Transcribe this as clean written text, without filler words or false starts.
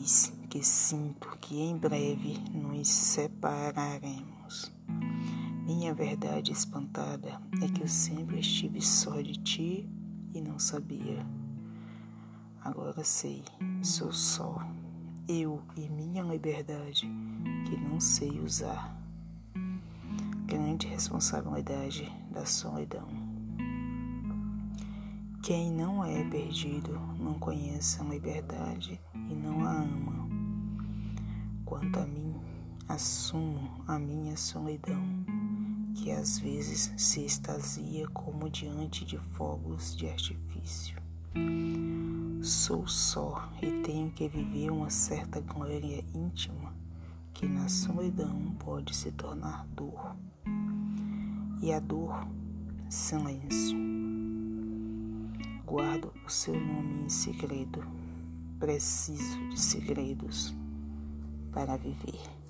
Eis que sinto que em breve nos separaremos. Minha verdade espantada é que eu sempre estive só de ti e não sabia. Agora sei, sou só, eu e minha liberdade que não sei usar. Grande responsabilidade da solidão. Quem não é perdido não conhece a liberdade e não a ama. Quanto a mim, assumo a minha solidão, que às vezes se extasia como diante de fogos de artifício. Sou só e tenho que viver uma certa glória íntima que na solidão pode se tornar dor. E a dor, silêncio. Guardo o seu nome em segredo. Preciso de segredos para viver.